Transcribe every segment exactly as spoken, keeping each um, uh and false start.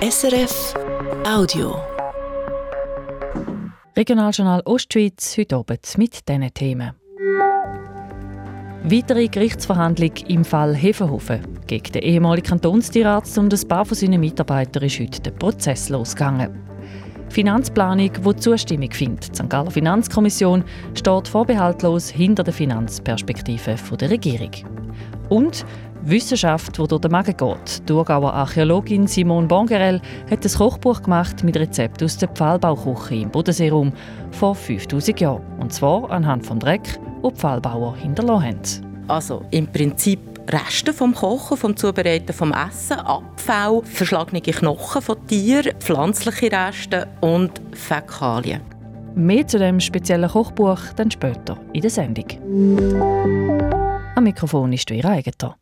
S R F Audio. Regionaljournal Ostschweiz, heute Abend mit diesen Themen. Weitere Gerichtsverhandlung im Fall Hefenhofen. Gegen den ehemaligen Kantonstierarzt und ein paar von seinen Mitarbeitern ist heute der Prozess losgegangen. Finanzplanung, die Zustimmung findet. Die Sankt Galler Finanzkommission steht vorbehaltlos hinter der Finanzperspektive der Regierung. Und Wissenschaft, die durch den Magen geht. Die Thurgauer Archäologin Simone Bongerel hat ein Kochbuch gemacht mit Rezepten aus der Pfahlbauküche im Bodenseeraum vor fünftausend Jahren. Und zwar anhand des Dreck, den die Pfahlbauer hinterlassen haben. Also im Prinzip Reste vom Kochen, vom Zubereiten vom Essen, Abfall, verschlagene Knochen von Tieren, pflanzliche Reste und Fäkalien. Mehr zu dem speziellen Kochbuch dann später in der Sendung. Am Mikrofon ist Vera Eigener.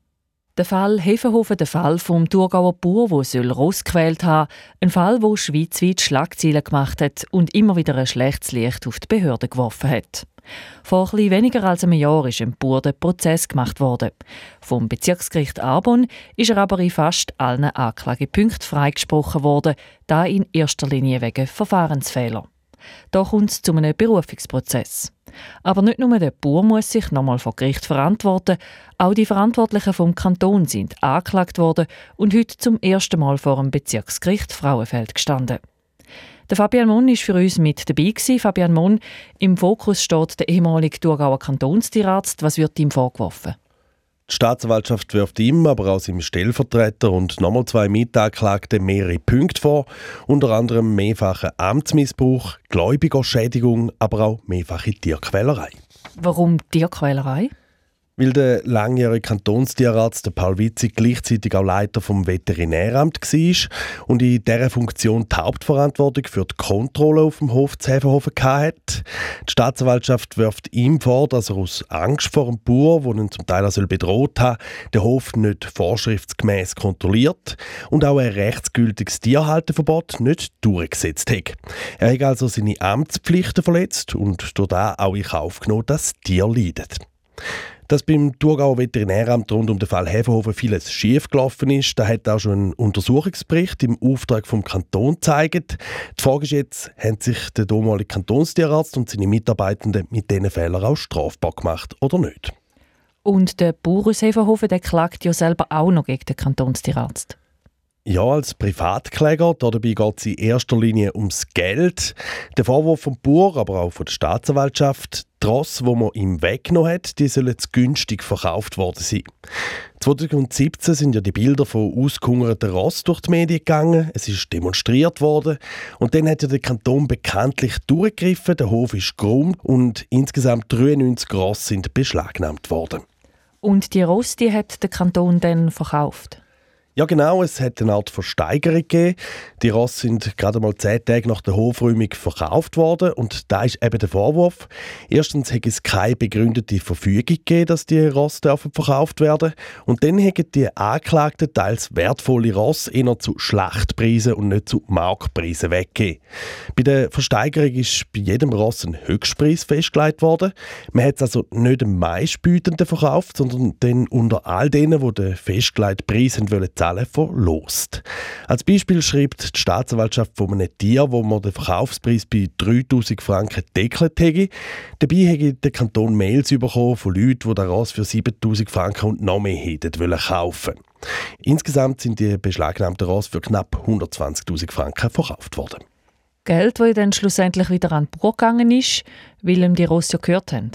Der Fall Hefenhofen, der Fall vom Thurgauer Bauer, der Ross gequält haben soll. Ein Fall, der schweizweit Schlagzeilen gemacht hat und immer wieder ein schlechtes Licht auf die Behörden geworfen hat. Vor etwas weniger als einem Jahr ist im Bauer der Prozess gemacht worden. Vom Bezirksgericht Arbon ist er aber in fast allen Anklagepunkten freigesprochen worden, da in erster Linie wegen Verfahrensfehler. Da kommt es zu einem Berufungsprozess. Aber nicht nur der Bauer muss sich nochmal vor Gericht verantworten, auch die Verantwortlichen vom Kanton sind angeklagt worden und heute zum ersten Mal vor dem Bezirksgericht Frauenfeld gestanden. Der Fabian Mon war für uns mit dabei gewesen. Fabian Mon, im Fokus steht der ehemalige Thurgauer Kantonstierarzt. Was wird ihm vorgeworfen? Die Staatsanwaltschaft wirft ihm, aber auch seinem Stellvertreter und nochmal zwei Mitanklagten mehrere Punkte vor, unter anderem mehrfachen Amtsmissbrauch, Gläubigerschädigung, aber auch mehrfache Tierquälerei. Warum Tierquälerei? Weil der langjährige Kantonstierarzt Paul Witzig gleichzeitig auch Leiter vom Veterinäramt war und in dieser Funktion die Hauptverantwortung für die Kontrolle auf dem Hof zu Hefenhofen hatte. Die Staatsanwaltschaft wirft ihm vor, dass er aus Angst vor dem Bauer, der ihn zum Teil auch bedroht hat, den Hof nicht vorschriftsgemäß kontrolliert und auch ein rechtsgültiges Tierhalteverbot nicht durchgesetzt hat. Er hat also seine Amtspflichten verletzt und durch das auch in Kauf genommen, dass Tiere leiden. Dass beim Thurgauer Veterinäramt rund um den Fall Hefenhofen vieles schiefgelaufen ist, da hat auch schon ein Untersuchungsbericht im Auftrag vom Kanton gezeigt. Die Frage ist jetzt, haben sich der damalige Kantonstierarzt und seine Mitarbeitenden mit diesen Fehlern auch strafbar gemacht oder nicht? Und der Bauer aus Hefenhofen, der klagt ja selber auch noch gegen den Kantonstierarzt. Ja, als Privatkläger, dabei geht es in erster Linie ums Geld. Der Vorwurf vom Bauer, aber auch von der Staatsanwaltschaft, die Rosse, die man ihm weggenommen hat, die sollen zu günstig verkauft worden sein. zwanzig siebzehn sind ja die Bilder von ausgehungerten Rossen durch die Medien gegangen. Es ist demonstriert worden. Und dann hat ja der Kanton bekanntlich durchgegriffen. Der Hof ist geräumt und insgesamt dreiundneunzig Rosse sind beschlagnahmt worden. Und die Rosse, die hat der Kanton dann verkauft? Ja genau, es hat eine Art Versteigerung gegeben. Die Rosse sind gerade mal zehn Tage nach der Hofräumung verkauft worden und da ist eben der Vorwurf. Erstens hat es keine begründete Verfügung gegeben, dass die Rosse verkauft werden dürfen. Und dann haben die Anklagten teils wertvolle Rosse eher zu Schlachtpreisen und nicht zu Marktpreisen weggegeben. Bei der Versteigerung ist bei jedem Ross ein Höchstpreis festgelegt worden. Man hat es also nicht dem meistbietenden verkauft, sondern dann unter all denen, die den festgelegten Preis wollen verlost. Als Beispiel schreibt die Staatsanwaltschaft von einem Tier, wo man den Verkaufspreis bei dreitausend Franken deckelt hätte. Dabei hätte der Kanton Mails bekommen von Leuten, die den Ross für siebentausend Franken und noch mehr hätten wollen kaufen. Insgesamt sind die beschlagnahmten Ross für knapp hundertzwanzigtausend Franken verkauft worden. Geld, das dann schlussendlich wieder an die Bauer gegangen ist, weil ihm die Rosse ja gehört haben.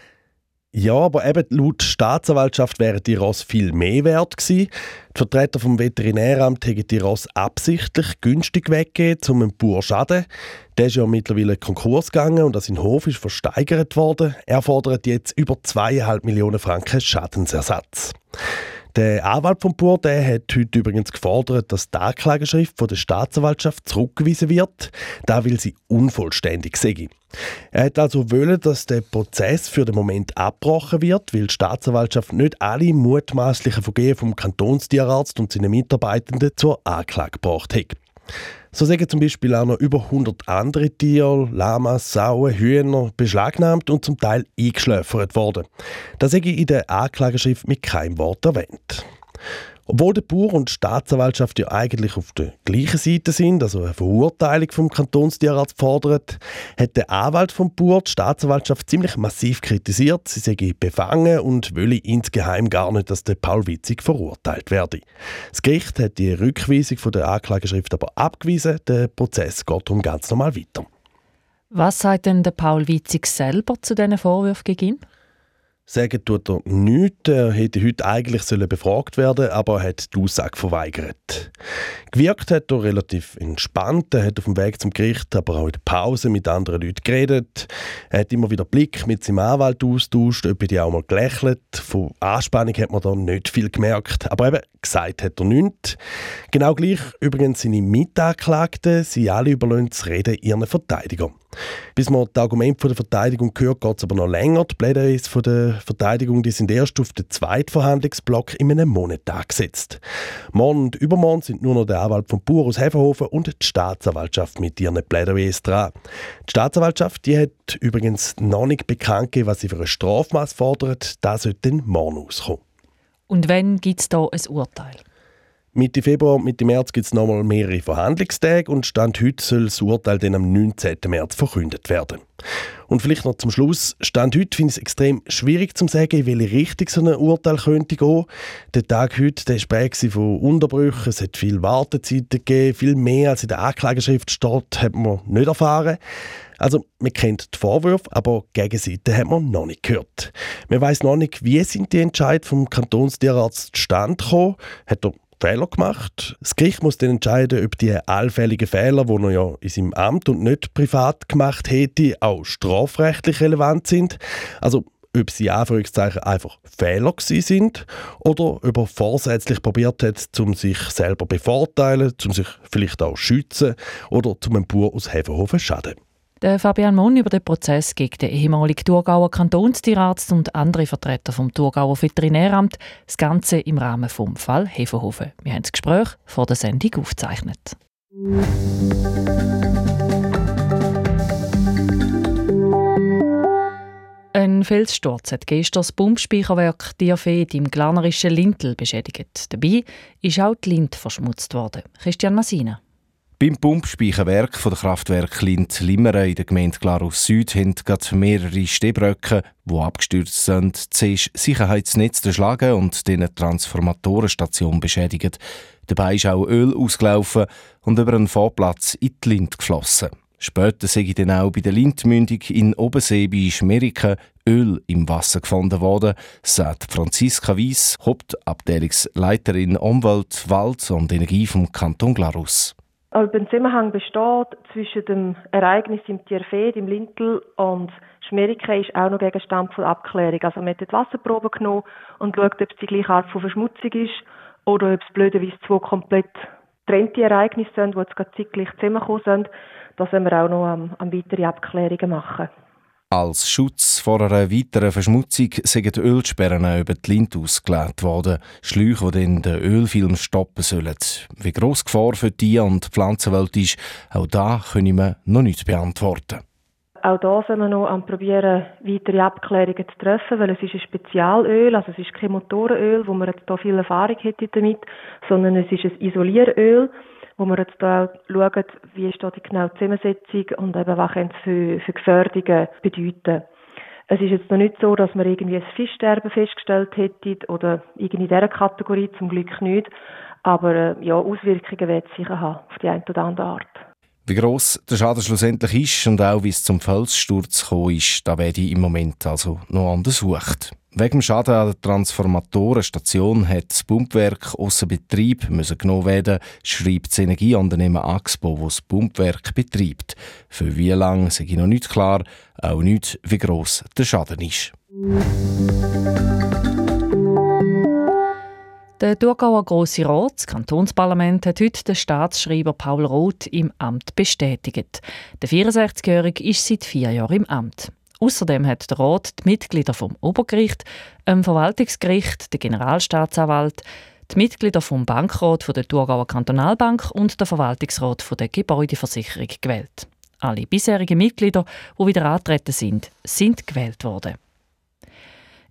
Ja, aber eben laut Staatsanwaltschaft wären die Rosse viel mehr wert gewesen. Die Vertreter vom Veterinäramt haben die Rosse absichtlich günstig weggegeben, um einen Bauer zu schaden. Der ist ja mittlerweile in Konkurs gegangen und sein Hof ist versteigert worden. Er fordert jetzt über zweieinhalb Millionen Franken Schadensersatz. Der Anwalt vom Bauer der hat heute übrigens gefordert, dass die Anklageschrift von der Staatsanwaltschaft zurückgewiesen wird, da weil sie unvollständig sei. Er hat also wollen, dass der Prozess für den Moment abgebrochen wird, weil die Staatsanwaltschaft nicht alle mutmaßlichen Vergehen vom Kantonstierarzt und seinen Mitarbeitenden zur Anklage gebracht hat. So sagen zum Beispiel auch noch über hundert andere Tiere, Lamas, Sauen, Hühner beschlagnahmt und zum Teil eingeschläfert worden. Das sei in der Anklageschrift mit keinem Wort erwähnt. Obwohl der Bauer und die Staatsanwaltschaft ja eigentlich auf der gleichen Seite sind, also eine Verurteilung vom Kantonstierarzt fordert, hat der Anwalt vom Bauer die Staatsanwaltschaft ziemlich massiv kritisiert. Sie sei befangen und wolle insgeheim gar nicht, dass der Paul Witzig verurteilt werde. Das Gericht hat die Rückweisung von der Anklageschrift aber abgewiesen. Der Prozess geht darum ganz normal weiter. Was sagt denn der Paul Witzig selber zu diesen Vorwürfen gegen ihn? Sagen tut er nichts. Er hätte heute eigentlich befragt werden, aber er hat die Aussage verweigert. Gewirkt hat er relativ entspannt. Er hat auf dem Weg zum Gericht, aber auch in der Pause mit anderen Leuten geredet. Er hat immer wieder Blick mit seinem Anwalt austauscht, ob die auch mal gelächelt. Von Anspannung hat man da nicht viel gemerkt. Aber eben, gesagt hat er nichts. Genau gleich übrigens seine Mitanklagten. Sie alle überlassen das Reden ihren Verteidigern. Bis man die Argumente der Verteidigung hört, geht es aber noch länger. Die Plädoyers von der Verteidigung die sind erst auf den zweiten Verhandlungsblock in einem Monat angesetzt. Morgen und übermorgen sind nur noch der Anwalt vom Bauer aus Hefenhofen und die Staatsanwaltschaft mit ihren Plädoyers dran. Die Staatsanwaltschaft die hat übrigens noch nicht bekannt gegeben, was sie für ein Strafmaß fordert. Das sollte dann morgen auskommen. Und wann gibt es da ein Urteil? Mitte Februar und Mitte März gibt es nochmal mehrere Verhandlungstage und Stand heute soll das Urteil dann am neunzehnten März verkündet werden. Und vielleicht noch zum Schluss, Stand heute finde ich es extrem schwierig zu sagen, in welche Richtung so ein Urteil könnte gehen. Der Tag heute der war prägt von Unterbrüchen, es hat viele Wartezeiten gegeben, viel mehr als in der Anklageschrift steht, hat man nicht erfahren. Also, man kennt die Vorwürfe, aber die Gegenseite hat man noch nicht gehört. Man weiss noch nicht, wie sind die Entscheidungen vom Kantonstierarzt zustande gekommen. Hat er Fehler gemacht? Das Gericht muss dann entscheiden, ob die allfälligen Fehler, die er ja in seinem Amt und nicht privat gemacht hätte, auch strafrechtlich relevant sind. Also, ob sie Anführungszeichen einfach Fehler gewesen sind oder ob er vorsätzlich probiert hat, um sich selber bevorteilen, um sich vielleicht auch schützen oder zum einem Bauer aus Hefenhofen schaden. Der Fabian Mon über den Prozess gegen den ehemaligen Thurgauer Kantonstierarzt und andere Vertreter vom Thurgauer Veterinäramt. Das Ganze im Rahmen vom Fall Hefenhofen. Wir haben das Gespräch vor der Sendung aufgezeichnet. Ein Felssturz hat gestern das Pumpspeicherwerk Dierfed im glarnerischen Lintel beschädigt. Dabei ist auch die Lint verschmutzt worden. Christian Massina. Beim Pumpspeicherwerk der Kraftwerke Linz-Limmeren in der Gemeinde Glarus Süd haben gerade mehrere Stehbröcke, die abgestürzt sind, zuerst Sicherheitsnetz zerschlagen und die Transformatorenstation beschädigt. Dabei ist auch Öl ausgelaufen und über einen Fahrplatz in die Lint geflossen. Später sei dann auch bei der Lintmündung in Obensee bei Schmeriken Öl im Wasser gefunden worden, sagt Franziska Weiss, Hauptabteilungsleiterin Umwelt, Wald und Energie vom Kanton Glarus. Also ein Zusammenhang besteht zwischen dem Ereignis im Dierfed, im Lintel und Schmeriken ist auch noch Gegenstand von Abklärung. Also man hat die Wasserprobe genommen und schaut, ob es die gleiche Art von Verschmutzung ist oder ob es blöderweise zwei komplett getrennte Ereignisse sind, die jetzt gerade zeitgleich zusammengekommen sind. Da sollen wir auch noch am, am weitere Abklärungen machen. Als Schutz vor einer weiteren Verschmutzung sind Ölsperren über die Lint ausgelegt worden. Schläuche, die dann den Ölfilm stoppen sollen. Wie gross die Gefahr für die Tier- und Pflanzenwelt ist, auch da können wir noch nicht beantworten. Auch da sind wir noch am probieren, weitere Abklärungen zu treffen, weil es ist ein Spezialöl, also es ist kein Motorenöl, wo man jetzt da viel Erfahrung hätte damit, sondern es ist ein Isolieröl, wo wir jetzt da schauen, wie ist da die genaue Zusammensetzung und eben was es für, für Gefährdungen bedeuten. Es ist jetzt noch nicht so, dass wir irgendwie ein Fischsterben festgestellt hätten oder irgendwie in dieser Kategorie, zum Glück nicht. Aber äh, ja, Auswirkungen wird es sicher haben, auf die eine oder andere Art. Wie gross der Schaden schlussendlich ist und auch wie es zum Felssturz gekommen ist, da werde ich im Moment also noch untersucht. Wegen dem Schaden an der Transformatorenstation hat das Pumpwerk ausser Betrieb müssen genommen werden, schreibt das Energieunternehmen Axpo, das das Pumpwerk betreibt. Für wie lange sei noch nicht klar, auch nicht, wie gross der Schaden ist. Der Thurgauer Grosse Rat, das Kantonsparlament, hat heute den Staatsschreiber Paul Roth im Amt bestätigt. Der vierundsechzigjährige ist seit vier Jahren im Amt. Außerdem hat der Rat die Mitglieder vom Obergericht, dem Verwaltungsgericht, den Generalstaatsanwalt, die Mitglieder vom Bankrat der Thurgauer Kantonalbank und der Verwaltungsrat der Gebäudeversicherung gewählt. Alle bisherigen Mitglieder, die wieder angetreten sind, sind gewählt worden.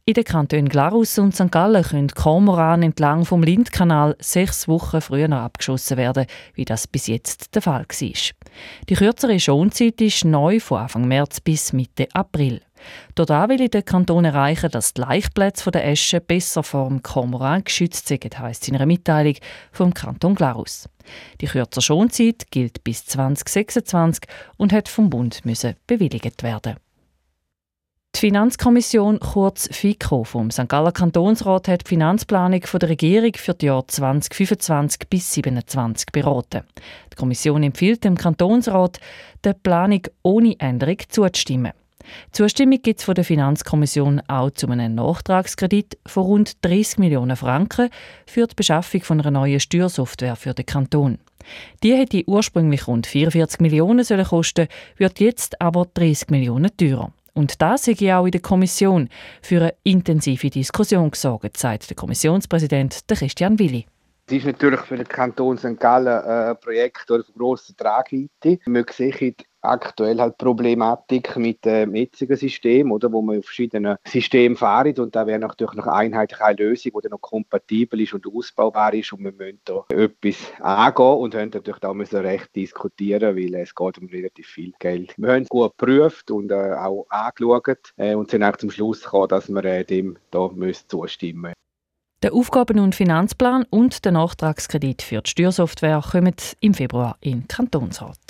In den Kantonen Glarus und Sankt Gallen können Kormoran entlang vom Lindkanal sechs Wochen früher noch abgeschossen werden, wie das bis jetzt der Fall war. Die kürzere Schonzeit ist neu von Anfang März bis Mitte April. Dort will der Kanton erreichen, dass die Laichplätze der Esche besser vor dem Kormoran geschützt sind, heisst es in einer Mitteilung vom Kanton Glarus. Die kürzere Schonzeit gilt bis zwanzig sechsundzwanzig und hat vom Bund müssen bewilligt werden. Die Finanzkommission, kurz FiKo, vom Sankt Galler Kantonsrat hat die Finanzplanung der Regierung für die Jahre zwanzig fünfundzwanzig bis siebenundzwanzig beraten. Die Kommission empfiehlt dem Kantonsrat, der Planung ohne Änderung zuzustimmen. Zustimmung gibt es von der Finanzkommission auch zu einem Nachtragskredit von rund dreissig Millionen Franken für die Beschaffung von einer neuen Steuersoftware für den Kanton. Die hätte ursprünglich rund vierundvierzig Millionen sollen kosten, wird jetzt aber dreissig Millionen teurer. Und das hätte auch in der Kommission für eine intensive Diskussion gesorgt, sagt der Kommissionspräsident Christian Willi. Es ist natürlich für den Kanton Sankt Gallen ein Projekt von grosser Tragweite. Man sieht aktuell halt die Problematik mit dem jetzigen System, oder, wo man auf verschiedenen Systemen fährt. Und da wäre natürlich noch einheitlich eine Lösung, die dann noch kompatibel ist und ausbaubar ist. Und wir müssen da etwas angehen und haben natürlich da müssen recht diskutieren, weil es geht um relativ viel Geld. Wir haben es gut geprüft und äh, auch angeschaut äh, und sind auch zum Schluss gekommen, dass wir äh, dem da zustimmen müssen. Der Aufgaben- und Finanzplan und der Nachtragskredit für die Steuersoftware kommen im Februar in den Kantonsrat.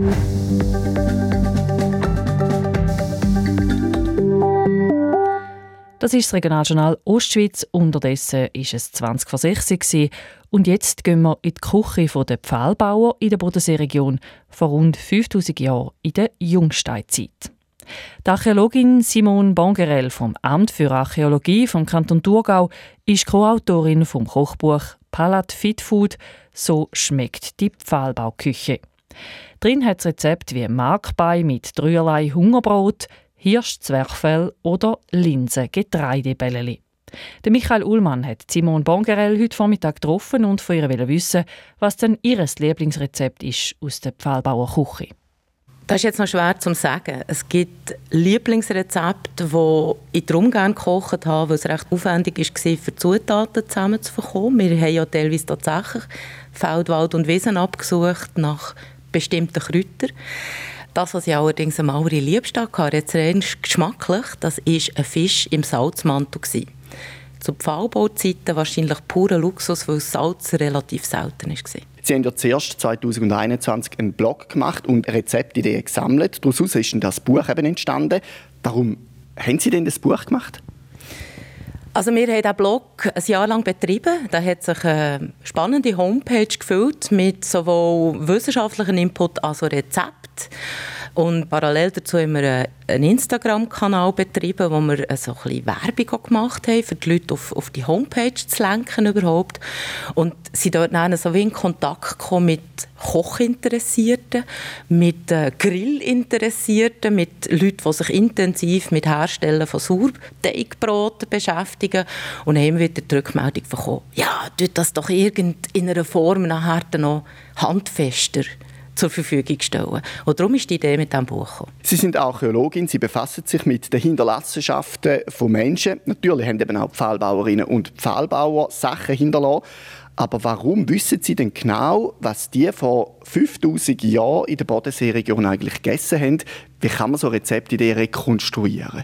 Das ist das Regionaljournal Ostschweiz. Unterdessen war es zwanzig vor sechs Uhr und jetzt gehen wir in die Küche der Pfahlbauer in der Bodenseeregion vor rund fünftausend Jahren in der Jungsteinzeit. Die Archäologin Simone Bongerel vom Amt für Archäologie vom Kanton Thurgau ist Co-Autorin vom Kochbuch «Palat Fit Food – So schmeckt die Pfahlbauküche». Drin hat es Rezepte wie Markbein mit dreierlei Hungerbrot, Hirsch-Zwerchfell oder Linsen-Getreidebälleli. Der Michael Ullmann hat Simone Bongerel heute Vormittag getroffen und von ihr wissen, was denn ihr Lieblingsrezept ist aus der Pfahlbauer Küche. Das ist jetzt noch schwer zu sagen. Es gibt Lieblingsrezepte, die ich darum gerne gekocht habe, weil es recht aufwendig war, für Zutaten zusammenzubekommen. Wir haben ja teilweise tatsächlich Feld, Wald und Wiesen abgesucht nach bestimmten Kräutern. Das, was ich allerdings am allerliebsten hatte, jetzt rein geschmacklich, das war ein Fisch im Salzmantel. Zu Pfahlbauzeiten wahrscheinlich purer Luxus, weil Salz relativ selten war. Sie haben ja zuerst zwanzig einundzwanzig einen Blog gemacht und Rezeptideen gesammelt. Daraus ist das Buch eben entstanden. Warum haben Sie denn das Buch gemacht? Also wir haben diesen Blog ein Jahr lang betrieben. Da hat sich eine spannende Homepage gefüllt mit sowohl wissenschaftlichen Input als auch Rezepten. Und parallel dazu haben wir einen Instagram-Kanal betrieben, wo wir so ein bisschen Werbung gemacht haben, für die Leute auf, auf die Homepage zu lenken überhaupt. Und sind dort dann so wie in Kontakt gekommen mit Kochinteressierten, mit äh, Grillinteressierten, mit Leuten, die sich intensiv mit Herstellen von Sauerteigbroten beschäftigen. Und dann haben wir wieder die Rückmeldung bekommen, ja, tut das doch in einer Form nachher noch handfester zur Verfügung stellen. Und darum ist die Idee mit diesem Buch gekommen. Sie sind Archäologin, Sie befassen sich mit den Hinterlassenschaften von Menschen. Natürlich haben eben auch Pfahlbauerinnen und Pfahlbauer Sachen hinterlassen. Aber warum wissen Sie denn genau, was die vor fünftausend Jahren in der Bodenseeregion eigentlich gegessen haben? Wie kann man so Rezeptideen rekonstruieren?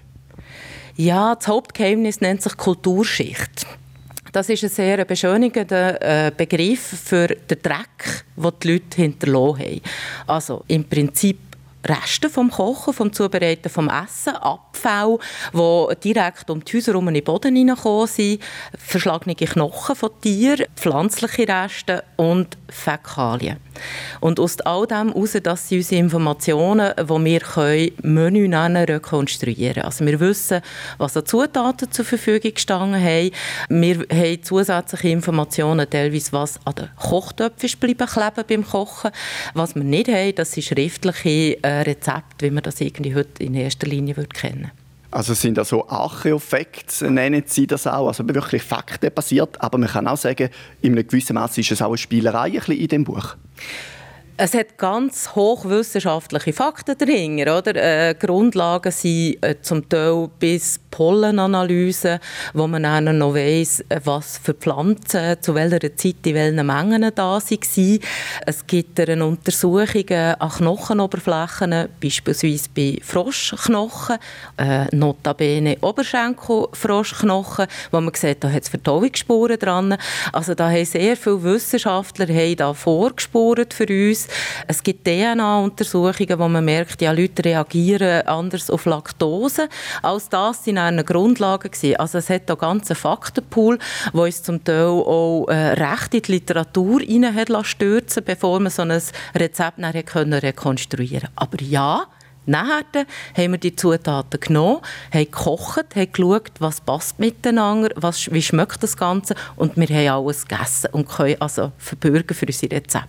Ja, das Hauptgeheimnis nennt sich Kulturschicht. Das ist ein sehr beschönigender Begriff für den Dreck, den die Leute hinterlassen haben. Also im Prinzip Reste vom Kochen, vom Zubereiten vom Essen, Abfälle, die direkt um die Häuser herum in den Boden hineingekommen sind, verschlagene Knochen von Tieren, pflanzliche Reste und Fäkalien. Und aus all dem heraus, das sind unsere Informationen, die wir können Menü nennen, rekonstruieren. Also wir wissen, was an Zutaten zur Verfügung gestanden haben. Wir haben zusätzliche Informationen, teilweise was an den Kochtöpfen ist bleiben kleben beim Kochen. Was wir nicht haben, das sind schriftliche äh, Rezepte, wie man das irgendwie heute in erster Linie würde kennen. Also sind das so Archäofacts, nennen Sie das auch, also wirklich faktenbasiert, aber man kann auch sagen, in einem gewissen Maße ist es auch eine Spielerei ein bisschen in dem Buch. Es hat ganz hochwissenschaftliche Fakten dahinter. Oder? Äh, Grundlagen sind äh, zum Teil bis Pollenanalysen, wo man dann noch weiss, was für Pflanzen zu welcher Zeit in welchen Mengen da waren. Es gibt eine Untersuchungen an Knochenoberflächen, beispielsweise bei Froschknochen, äh, notabene Oberschenkelfroschknochen, wo man sieht, da hat es Verdauungsspuren dran. Also da haben sehr viele Wissenschaftler haben da vorgespurt für uns. Es gibt D N A-Untersuchungen, wo man merkt, ja, Leute reagieren anders auf Laktose, als das sind eine Grundlage gewesen. Also es hat da ganz einen Faktenpool, der uns zum Teil auch äh, recht in die Literatur rein hat stürzen, bevor man so ein Rezept nachher können rekonstruieren. Aber ja, nachher haben wir die Zutaten genommen, haben gekocht, haben geschaut, was passt miteinander, was, wie schmeckt das Ganze, und wir haben alles gegessen und können also verbürgen für unsere Rezepte.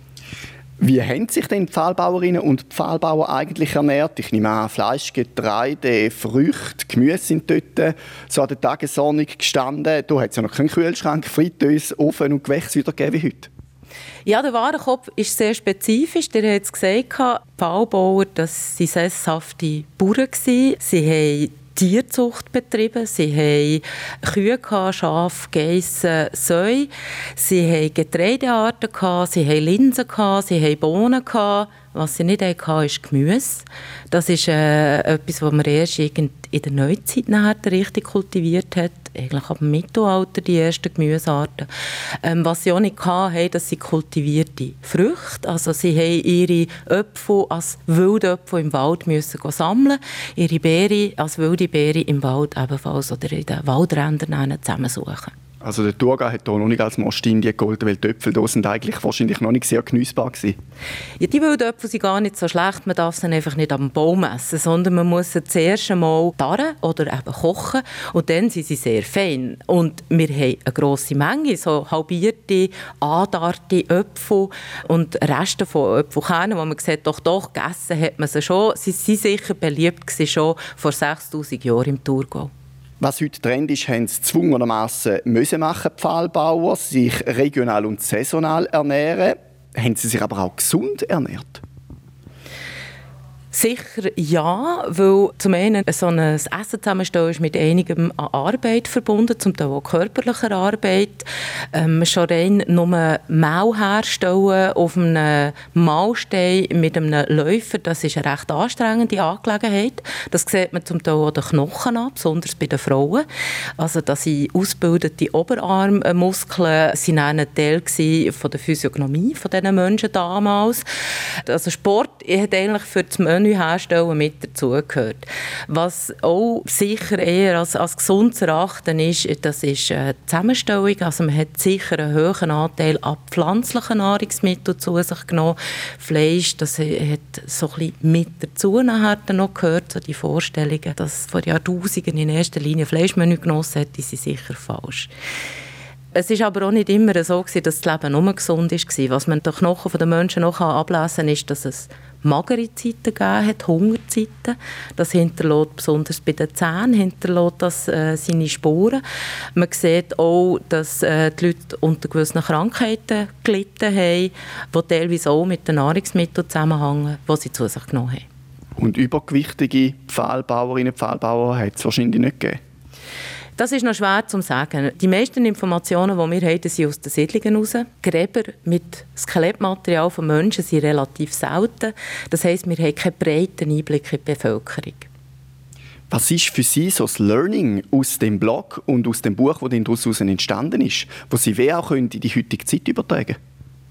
Wie haben sich denn die Pfahlbauerinnen und Pfahlbauer eigentlich ernährt? Ich nehme an, Fleisch, Getreide, Früchte, Gemüse sind dort so an der Tagesordnung gestanden. Da hat es ja noch keinen Kühlschrank, Fritteuse, Ofen und Gewächse wieder gegeben wie heute. Ja, der Warenkorb ist sehr spezifisch. Ihr habt es gesagt, die Pfahlbauer, das waren sesshafte Bauern. Sie haben Tierzucht betrieben. Sie haben Kühe, Schafe, Geissen, Säue. Sie haben Getreidearten, sie haben Linsen, sie haben Bohnen. Was sie nicht hatten, ist Gemüse. Das ist äh, etwas, was man erst in der Neuzeit nachher richtig kultiviert hat. Eigentlich ab dem Mittelalter die ersten Gemüsearten. Ähm, was sie auch nicht hatten, das sind kultivierte Früchte. Also sie haben ihre Äpfel als wilde Äpfel im Wald müssen sammeln, ihre Beeren als wilde Beeren im Wald ebenfalls oder in den Waldrändern zusammensuchen. Also der Thurgau hat hier noch nicht als Mostindien geholfen, weil die Äpfel da sind eigentlich wahrscheinlich noch nicht sehr geniessbar gewesen. Ja, die wilden Äpfel sind gar nicht so schlecht, man darf sie einfach nicht am Baum essen, sondern man muss sie zuerst einmal tarren oder eben kochen und dann sind sie sehr fein. Und wir haben eine grosse Menge, so halbierte, andarte Äpfel und Reste von Äpfelkernen, wo man sieht, doch, doch, gegessen hat man sie schon. Sie sind sicher beliebt gewesen, schon vor sechstausend Jahren im Thurgau. Was heute Trend ist, haben sie gezwungenermassen müssen machen, die Pfahlbauer, sich regional und saisonal ernähren. Haben sie sich aber auch gesund ernährt? Sicher ja, weil zum einen so ein Essen zusammenstellen ist mit einigem an Arbeit verbunden, zum Teil auch körperlicher Arbeit. Ähm, schon rein nur Mehl herstellen auf einem Mahlstein mit einem Läufer, das ist eine recht anstrengende Angelegenheit. Das sieht man zum Teil auch den Knochen an, besonders bei den Frauen. Also dass sie ausgebildete Oberarmmuskeln sind ein Teil von der Physiognomie von diesen Menschen damals. Also Sport hat eigentlich für das Menü herstellen mit dazugehört. Was auch sicher eher als, als gesund zu erachten ist, das ist äh, die Zusammenstellung. Also man hat sicher einen hohen Anteil an pflanzlichen Nahrungsmitteln zu sich genommen. Fleisch, das hat so ein bisschen mit dazu nachher noch gehört, so die Vorstellungen, dass vor Jahrtausenden in erster Linie Fleischmenü genossen hat, die sind sicher falsch. Es war aber auch nicht immer so, dass das Leben nur gesund war. Was man den Knochen der Menschen noch ablesen kann, ist, dass es magere Zeiten gegeben hat, Hungerzeiten. Das hinterlässt besonders bei den Zähnen hinterlässt das, äh, seine Spuren. Man sieht auch, dass äh, die Leute unter gewissen Krankheiten gelitten haben, die teilweise auch mit den Nahrungsmitteln zusammenhängen, die sie zu sich genommen haben. Und übergewichtige Pfahlbauerinnen und Pfahlbauer hat es wahrscheinlich nicht gegeben? Das ist noch schwer zu sagen. Die meisten Informationen, die wir haben, sind aus den Siedlungen heraus. Gräber mit Skelettmaterial von Menschen sind relativ selten. Das heisst, wir haben keinen breiten Einblick in die Bevölkerung. Was ist für Sie so das Learning aus dem Blog und aus dem Buch, das daraus entstanden ist, das Sie wie auch in die heutige Zeit übertragen können?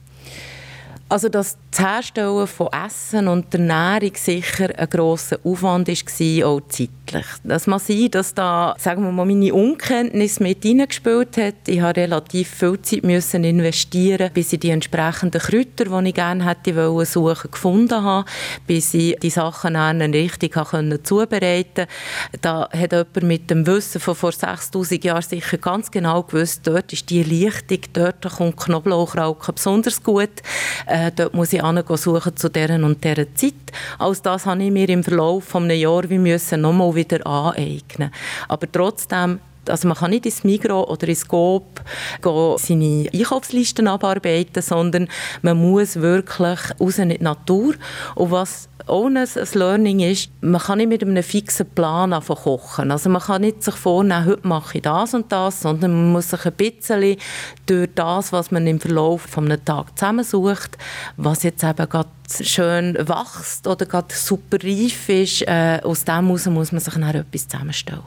Also das Herstellen von Essen und Ernährung sicher ein grosser Aufwand war, auch zeitlich. Das mag sein, dass da, sagen wir mal, meine Unkenntnis mit hineingespielt hat. Ich musste relativ viel Zeit müssen investieren, bis ich die entsprechenden Kräuter, die ich gerne hätte wollen, suchen, gefunden habe, bis ich die Sachen richtig zubereiten konnte. Da hat jemand mit dem Wissen von vor sechstausend Jahren sicher ganz genau gewusst, dort ist die Lichtung, dort kommt Knoblauchrauke besonders gut. Äh, dort muss ich suchen zu dieser und dieser Zeit. All das habe ich mir im Verlauf eines Jahres nochmal wieder aneignen. Aber trotzdem, Also man kann nicht ins Migros oder ins Coop gehen, seine Einkaufslisten abarbeiten, sondern man muss wirklich raus in die Natur. Und was auch ein Learning ist, man kann nicht mit einem fixen Plan anfangen kochen. Also man kann nicht sich vornehmen, heute mache ich das und das, sondern man muss sich ein bisschen durch das, was man im Verlauf eines Tages zusammensucht, was jetzt eben gerade schön wächst oder gerade super reif ist, äh, aus dem heraus muss man sich dann etwas zusammenstellen.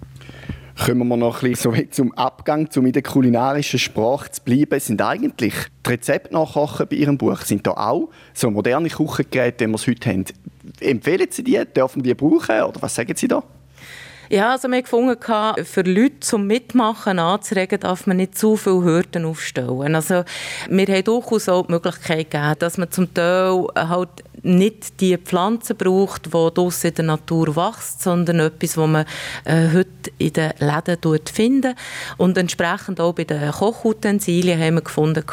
Kommen wir noch ein bisschen so zum Abgang, um in der kulinarischen Sprache zu bleiben. Sind eigentlich die Rezepte nachkochen bei Ihrem Buch, sind da auch so moderne Küchengeräte, die wir heute haben? Empfehlen Sie die? Dürfen wir die brauchen? Oder was sagen Sie da? Ja, also wir haben gefunden, für Leute zum Mitmachen anzuregen, darf man nicht zu viele Hürden aufstellen. Also wir haben durchaus auch die Möglichkeit gegeben, dass man zum Teil halt nicht die Pflanzen braucht, die draussen in der Natur wächst, sondern etwas, das man äh, heute in den Läden findet. Und entsprechend auch bei den Kochutensilien haben wir gefunden,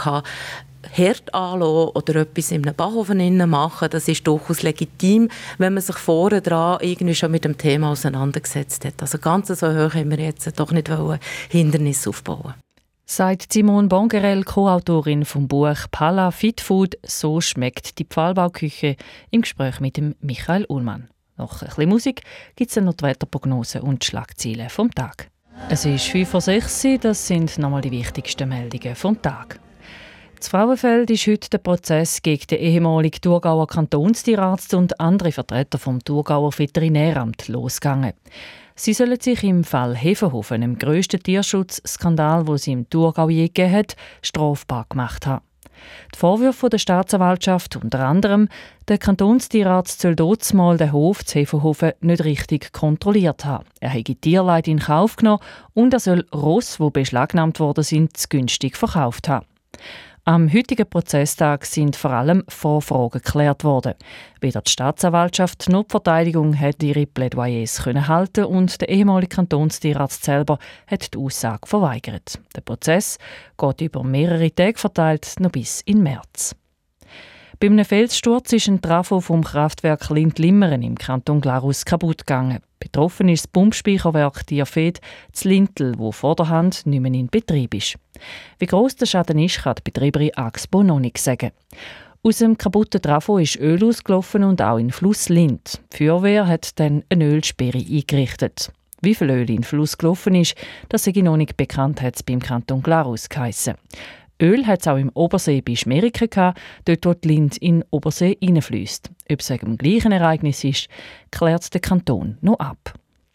Herd anlassen oder etwas in einem Backofen machen, das ist durchaus legitim, wenn man sich vorher dran irgendwie schon mit dem Thema auseinandergesetzt hat. Also ganz so hoch haben wir jetzt doch nicht Hindernisse aufbauen. Sagt Simone Bongerel, Co-Autorin vom Buch «Pala Fit Food. So schmeckt die Pfahlbauküche» im Gespräch mit dem Michael Ullmann. Nach ein bisschen Musik gibt es dann noch die Wetterprognose und die Schlagzeilen vom Tag. Es ist fünf vor sechs, das sind nochmal die wichtigsten Meldungen vom Tag. In Frauenfeld ist heute der Prozess gegen den ehemaligen Thurgauer Kantonstierarzt und andere Vertreter vom Thurgauer Veterinäramt losgegangen. Sie sollen sich im Fall Hefenhofen, dem grössten Tierschutzskandal, den sie im Thurgau je gegeben hat, strafbar gemacht haben. Die Vorwürfe der Staatsanwaltschaft unter anderem, der Kantonstierarzt soll dazumal den Hof zu Hefenhofen nicht richtig kontrolliert haben. Er habe Tierleid in Kauf genommen und er soll Ross, die beschlagnahmt worden sind, zu günstig verkauft haben. Am heutigen Prozesstag sind vor allem Vorfragen geklärt worden. Weder die Staatsanwaltschaft noch die Verteidigung hat ihre Plädoyers können halten und der ehemalige Kantonstierarzt selber hat die Aussage verweigert. Der Prozess geht über mehrere Tage verteilt, noch bis in März. Bei einem Felssturz ist ein Trafo vom Kraftwerk Lint-Limmeren im Kanton Glarus kaputt gegangen. Betroffen ist das Pumpspeicherwerk Dierfed zu Lintel, wo vorderhand nicht mehr in Betrieb ist. Wie gross der Schaden ist, kann die Betreiberin Axpo noch nicht sagen. Aus dem kaputten Trafo ist Öl ausgelaufen und auch in den Fluss Lint. Die Feuerwehr hat dann eine Ölsperre eingerichtet. Wie viel Öl in den Fluss gelaufen ist, das sei noch nicht bekannt, hat es beim Kanton Glarus geheissen. Öl hat es auch im Obersee bei Schmeriken gehabt, dort wo die Lind in den Obersee hineinfliesst. Ob es wegen dem gleichen Ereignis ist, klärt der Kanton noch ab.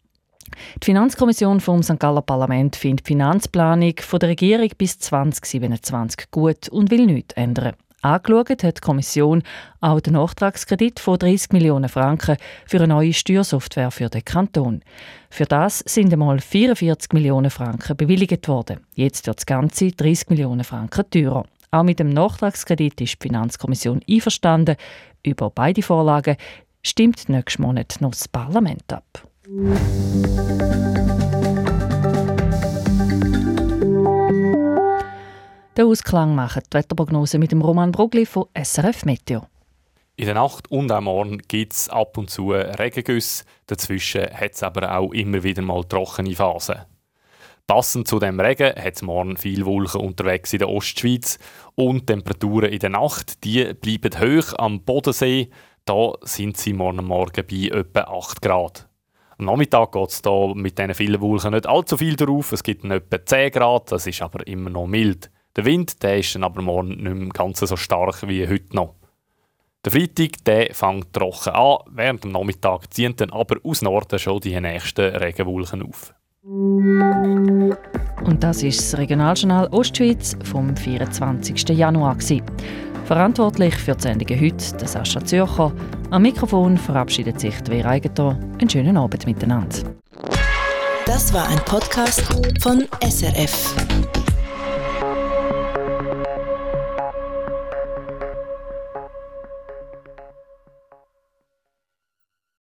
Die Finanzkommission vom Sankt Galler Parlament findet die Finanzplanung von der Regierung bis zwanzig siebenundzwanzig gut und will nichts ändern. Angeschaut hat die Kommission auch den Nachtragskredit von dreissig Millionen Franken für eine neue Steuersoftware für den Kanton. Für das sind einmal vierundvierzig Millionen Franken bewilligt worden. Jetzt wird das Ganze dreissig Millionen Franken teurer. Auch mit dem Nachtragskredit ist die Finanzkommission einverstanden. Über beide Vorlagen stimmt nächsten Monat noch das Parlament ab. Den Ausklang machen die Wetterprognose mit dem Roman Brugli von S R F Meteo. In der Nacht und am Morgen gibt es ab und zu Regengüsse. Dazwischen hat es aber auch immer wieder mal trockene Phasen. Passend zu dem Regen hat es morgen viele Wolken unterwegs in der Ostschweiz und die Temperaturen in der Nacht die bleiben hoch am Bodensee. Da sind sie morgen Morgen bei etwa acht Grad. Am Nachmittag geht es da mit diesen vielen Wolken nicht allzu viel drauf. Es gibt etwa zehn Grad, das ist aber immer noch mild. Der Wind der ist dann aber morgen nicht mehr ganz so stark wie heute noch. Der Freitag der fängt trocken an, während am Nachmittag ziehen dann aber aus Norden schon die nächsten Regenwolken auf. Und das ist das Regionaljournal Ostschweiz vom vierundzwanzigsten Januar. Verantwortlich für die Sendungen heute der Sascha Zürcher. Am Mikrofon verabschiedet sich die Vera Eigentor. Einen schönen Abend miteinander. Das war ein Podcast von S R F.